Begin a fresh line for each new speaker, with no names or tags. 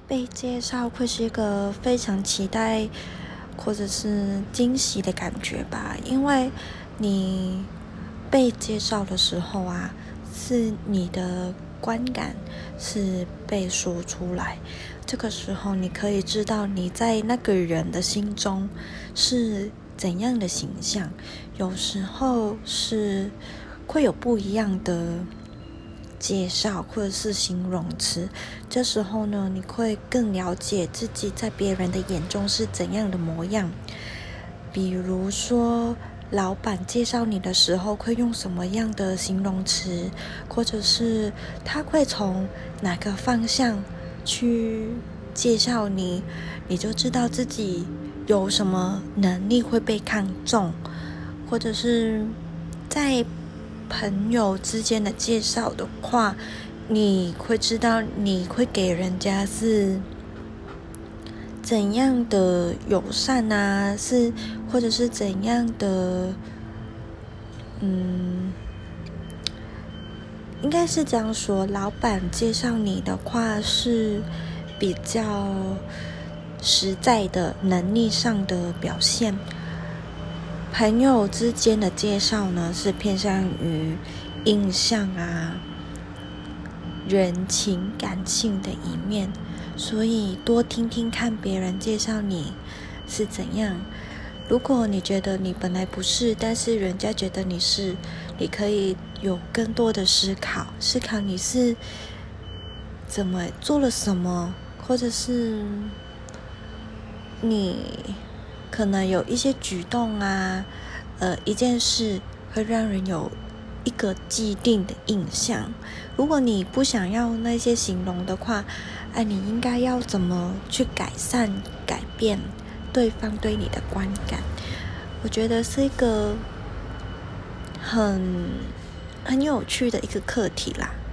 被介绍会是一个非常期待或者是惊喜的感觉吧，因为你被介绍的时候啊，是你的观感是被说出来，这个时候你可以知道你在那个人的心中是怎样的形象，有时候是会有不一样的介绍或者是形容词，这时候呢，你会更了解自己在别人的眼中是怎样的模样。比如说，老板介绍你的时候会用什么样的形容词，或者是他会从哪个方向去介绍你，你就知道自己有什么能力会被看中，或者是在朋友之间的介绍的话，你会知道你会给人家是怎样的友善啊，或者是怎样的应该是这样说，老板介绍你的话是比较实在的能力上的表现，朋友之间的介绍呢是偏向于印象啊、人情感性的一面，所以多听听看别人介绍你是怎样。如果你觉得你本来不是，但是人家觉得你是，你可以有更多的思考你是怎么做了什么，或者是你可能有一些举动啊，一件事会让人有一个既定的印象。如果你不想要那些形容的话，你应该要怎么去改善、改变对方对你的观感？我觉得是一个很有趣的一个课题啦。